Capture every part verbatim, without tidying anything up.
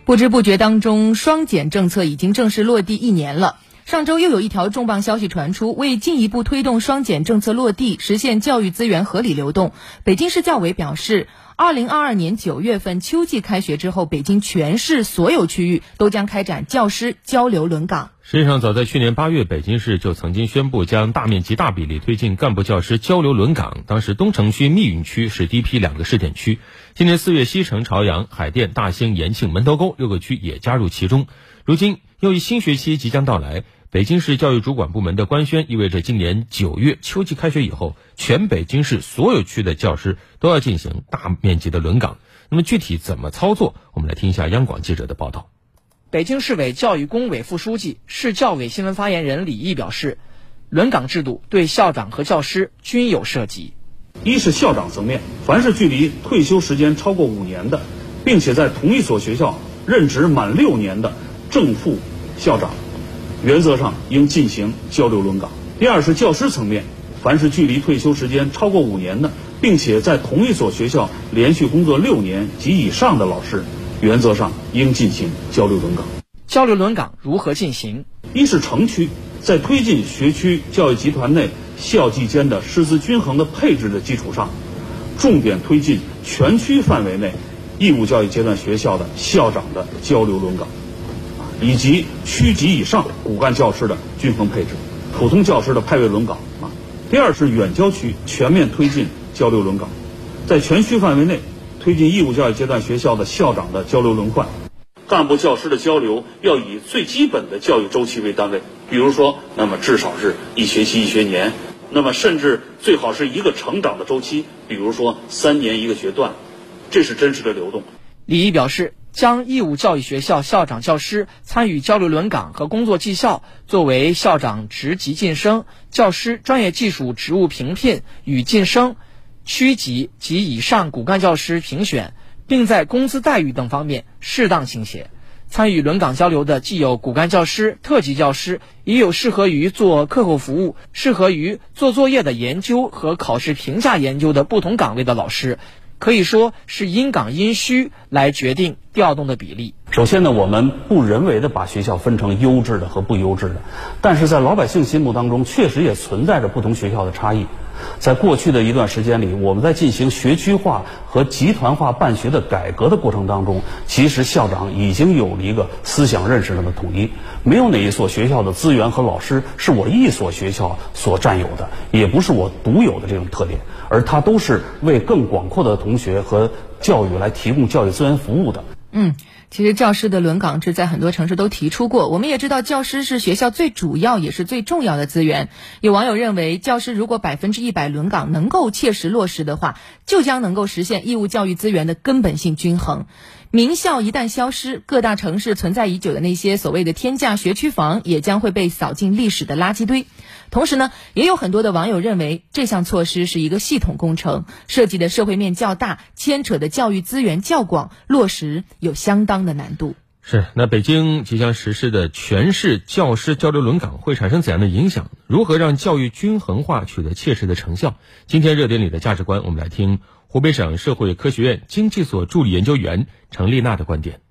不知不觉当中，双减政策已经正式落地一年了。上周又有一条重磅消息传出，为进一步推动双减政策落地，实现教育资源合理流动，北京市教委表示，二零二二年九月份秋季开学之后，北京全市所有区域都将开展教师交流轮岗。 实际上，早在去年八月，北京市就曾经宣布将大面积大比例推进干部教师交流轮岗。当时东城区、密云区是第一批两个试点区。今年四月，西城、朝阳、海淀、大兴、延庆、门头沟六个区也加入其中。如今，又一新学期即将到来，北京市教育主管部门的官宣意味着今年九月秋季开学以后，全北京市所有区的教师都要进行大面积的轮岗。那么具体怎么操作？我们来听一下央广记者的报道。 北京市委教育工委副书记、市教委新闻发言人李毅表示，轮岗制度对校长和教师均有涉及。 一是校长层面，凡是距离退休时间超过五年的，并且在同一所学校任职满六年的正副校长，原则上应进行交流轮岗。第二是教师层面，凡是距离退休时间超过五年的，并且在同一所学校连续工作六年及以上的老师，原则上应进行交流轮岗。 交流轮岗如何进行？ 一是城区，在推进学区教育集团内校际间的师资均衡的配置的基础上，重点推进全区范围内义务教育阶段学校的校长的交流轮岗，以及区级以上骨干教师的均衡配置，普通教师的派位轮岗啊。第二是远郊区全面推进交流轮岗，在全区范围内推进义务教育阶段学校的校长的交流轮换。干部教师的交流要以最基本的教育周期为单位，比如说，那么至少是一学期一学年，那么甚至最好是一个成长的周期，比如说三年一个学段，这是真实的流动。 李毅表示，将义务教育学校校长教师参与交流轮岗和工作绩效作为校长职级晋升、教师专业技术职务评聘与晋升、区级及以上骨干教师评选，并在工资待遇等方面适当倾斜。参与轮岗交流的既有骨干教师、特级教师，也有适合于做课后服务、适合于做作业的研究和考试评价研究的不同岗位的老师，可以说是因岗因需来决定调动的比例。 首先呢，我们不人为的把学校分成优质的和不优质的，但是在老百姓心目当中，确实也存在着不同学校的差异。在过去的一段时间里，我们在进行学区化和集团化办学的改革的过程当中，其实校长已经有了一个思想认识上的统一，没有哪一所学校的资源和老师是我一所学校所占有的，也不是我独有的这种特点，而它都是为更广阔的同学和教育来提供教育资源服务的。 嗯，其实教师的轮岗制在很多城市都提出过。我们也知道，教师是学校最主要也是最重要的资源。有网友认为，教师如果百分之一百轮岗能够切实落实的话，就将能够实现义务教育资源的根本性均衡。名校一旦消失，各大城市存在已久的那些所谓的天价学区房也将会被扫进历史的垃圾堆。同时呢，也有很多的网友认为，这项措施是一个系统工程，涉及的社会面较大，牵扯的教育资源较广，落实有相当的难度。 是，那北京即将实施的全市教师交流轮岗会产生怎样的影响？如何让教育均衡化取得切实的成效？今天热点里的价值观，我们来听湖北省社会科学院经济所助理研究员程丽娜的观点。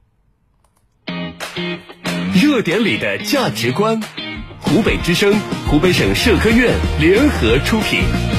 热点里的价值观，湖北之声、湖北省社科院联合出品。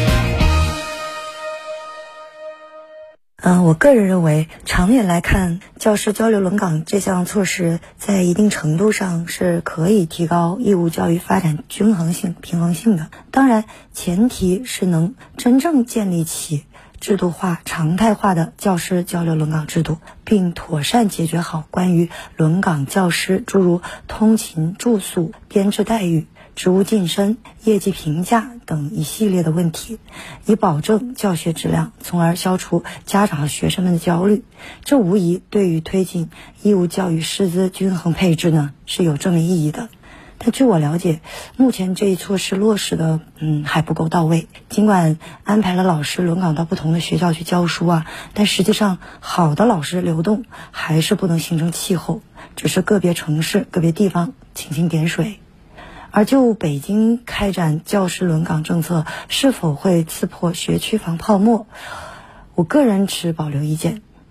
嗯、呃，我个人认为，长远来看，教师交流轮岗这项措施在一定程度上是可以提高义务教育发展均衡性、平衡性的。当然，前提是能真正建立起制度化、常态化的教师交流轮岗制度，并妥善解决好关于轮岗教师诸如通勤、住宿、编制待遇、职务晋升、业绩评价等一系列的问题，以保证教学质量，从而消除家长和学生们的焦虑。这无疑对于推进义务教育师资均衡配置呢是有正面意义的。但据我了解，目前这一措施落实的嗯还不够到位。尽管安排了老师轮岗到不同的学校去教书啊，但实际上好的老师流动还是不能形成气候，只是个别城市、个别地方蜻蜓点水。而就北京开展教师轮岗政策是否会刺破学区房泡沫，我个人持保留意见。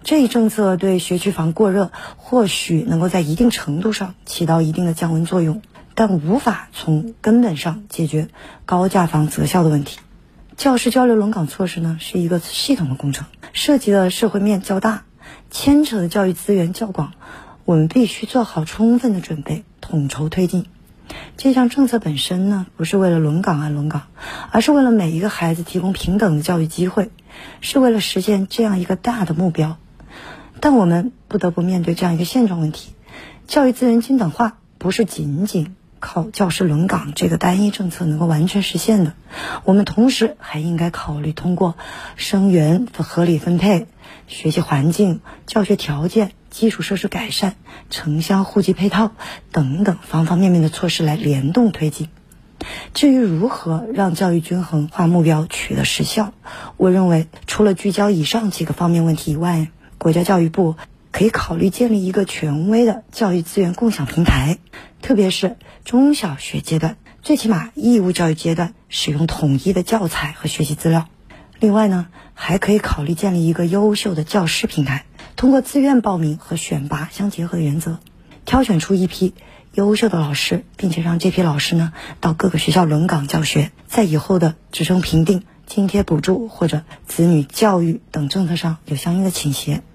这一政策对学区房过热或许能够在一定程度上起到一定的降温作用，但无法从根本上解决高价房择校的问题。教师交流轮岗措施呢，是一个系统的工程，涉及的社会面较大，牵扯的教育资源较广，我们必须做好充分的准备，统筹推进。这项政策本身呢，不是为了轮岗而轮岗，而是为了每一个孩子提供平等的教育机会，是为了实现这样一个大的目标。但我们不得不面对这样一个现状问题，教育资源均等化不是仅仅靠教师轮岗这个单一政策能够完全实现的，我们同时还应该考虑通过生源合理分配、学习环境、教学条件、基础设施改善、城乡户籍配套等等方方面面的措施来联动推进。至于如何让教育均衡化目标取得实效，我认为除了聚焦以上几个方面问题以外，国家教育部可以考虑建立一个权威的教育资源共享平台，特别是中小学阶段，最起码义务教育阶段使用统一的教材和学习资料。另外呢，还可以考虑建立一个优秀的教师平台，通过自愿报名和选拔相结合的原则，挑选出一批优秀的老师，并且让这批老师呢到各个学校轮岗教学，在以后的职称评定、津贴补助或者子女教育等政策上有相应的倾斜。